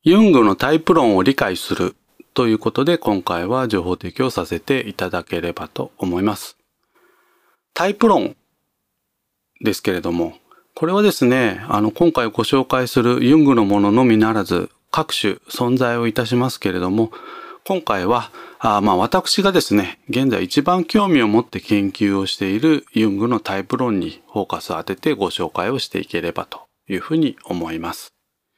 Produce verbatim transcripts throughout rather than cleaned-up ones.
ユングのタイプ論を理解するということで、今回は情報提供させていただければと思います。タイプ論ですけれども、これはですね、あの今回ご紹介するユングのもののみならず各種存在をいたしますけれども、今回はあまあ私がですね、現在一番興味を持って研究をしているユングのタイプ論にフォーカスを当ててご紹介をしていければというふうに思います。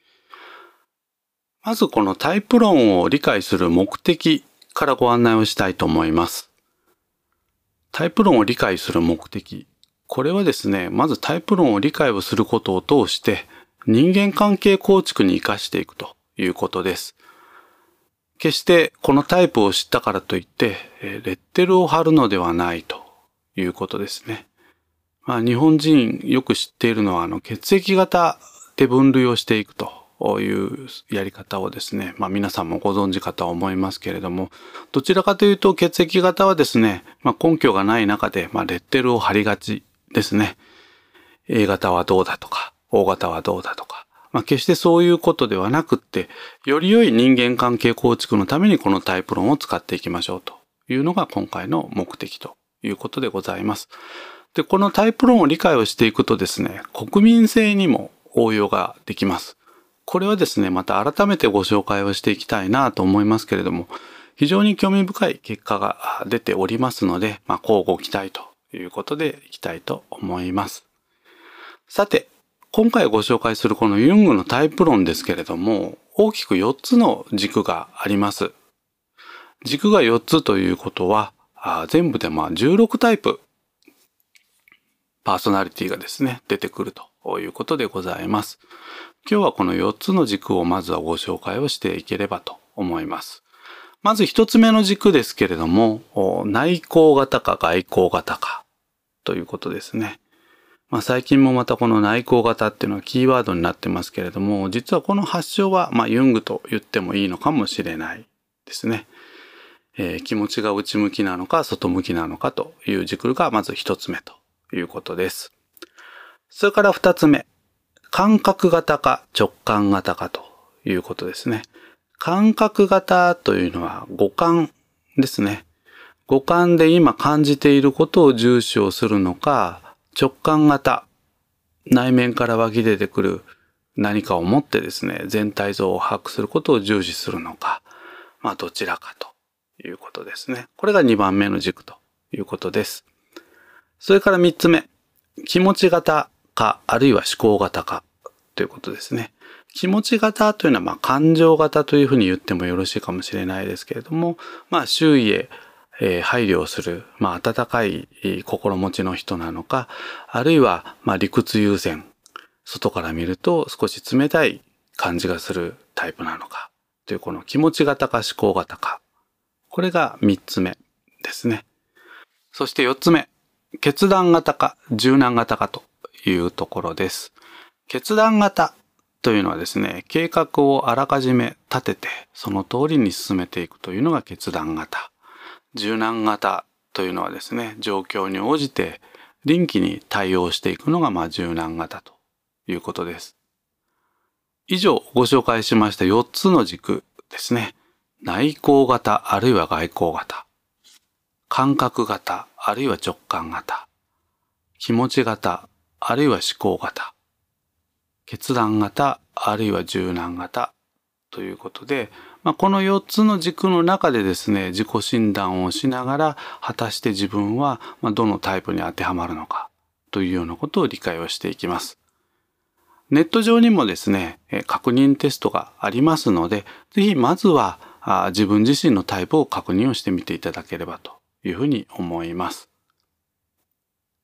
まずこのタイプ論を理解する目的からご案内をしたいと思います。タイプ論を理解する目的。これはですね、まずタイプ論を理解をすることを通して人間関係構築に生かしていくということです。決してこのタイプを知ったからといってレッテルを貼るのではないということですね。まあ、日本人よく知っているのはあの血液型で分類をしていくというやり方をですね、まあ、皆さんもご存知かとは思いますけれども、どちらかというと血液型はですね、まあ、根拠がない中で、まあ、レッテルを貼りがちですね。A 型はどうだとか O 型はどうだとか、まあ、決してそういうことではなくって、より良い人間関係構築のためにこのタイプ論を使っていきましょうというのが今回の目的ということでございます。で、このタイプ論を理解をしていくとですね、国民性にも応用ができます。これはですね、また改めてご紹介をしていきたいなと思いますけれども、非常に興味深い結果が出ておりますので、まあ、交互期待ということでいきたいと思います。さて、今回ご紹介するこのユングのタイプ論ですけれども、大きくよっつの軸があります。軸がよっつということは、全部でまあじゅうろくタイプ、パーソナリティがですね、出てくるということでございます。今日はこのよっつの軸をまずはご紹介をしていければと思います。まずひとつめの軸ですけれども、内向型か外向型かということですね。まあ、最近もまたこの内向型っていうのはキーワードになってますけれども、実はこの発祥はまあユングと言ってもいいのかもしれないですね。えー、気持ちが内向きなのか外向きなのかという軸がまずひとつめということです。それからふたつめ。感覚型か直感型かということですね。感覚型というのは五感ですね。五感で今感じていることを重視をするのか、直感型、内面から湧き出てくる何かを持ってですね、全体像を把握することを重視するのか、まあどちらかということですね。これがにばんめの軸ということです。それからみっつめ、気持ち型か、あるいは思考型かということですね。気持ち型というのはまあ感情型というふうに言ってもよろしいかもしれないですけれども、まあ周囲へ配慮をする、まあ温かい心持ちの人なのか、あるいはまあ理屈優先、外から見ると少し冷たい感じがするタイプなのかというこの気持ち型か思考型か、これがみっつめですね。そしてよっつめ、決断型か柔軟型かというところです。決断型というのはですね、計画をあらかじめ立ててその通りに進めていくというのが決断型。柔軟型というのはですね、状況に応じて臨機に対応していくのがまあ柔軟型ということです。以上ご紹介しましたよっつの軸ですね。内向型あるいは外向型。感覚型あるいは直感型。気持ち型あるいは思考型。決断型あるいは柔軟型ということで、まあ、このよっつの軸の中でですね、自己診断をしながら果たして自分はどのタイプに当てはまるのかというようなことを理解をしていきます。ネット上にもですね、確認テストがありますので、ぜひまずは自分自身のタイプを確認をしてみていただければというふうに思います。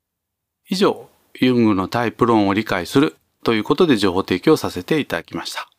以上、ユングのタイプ論を理解するということで情報提供させていただきました。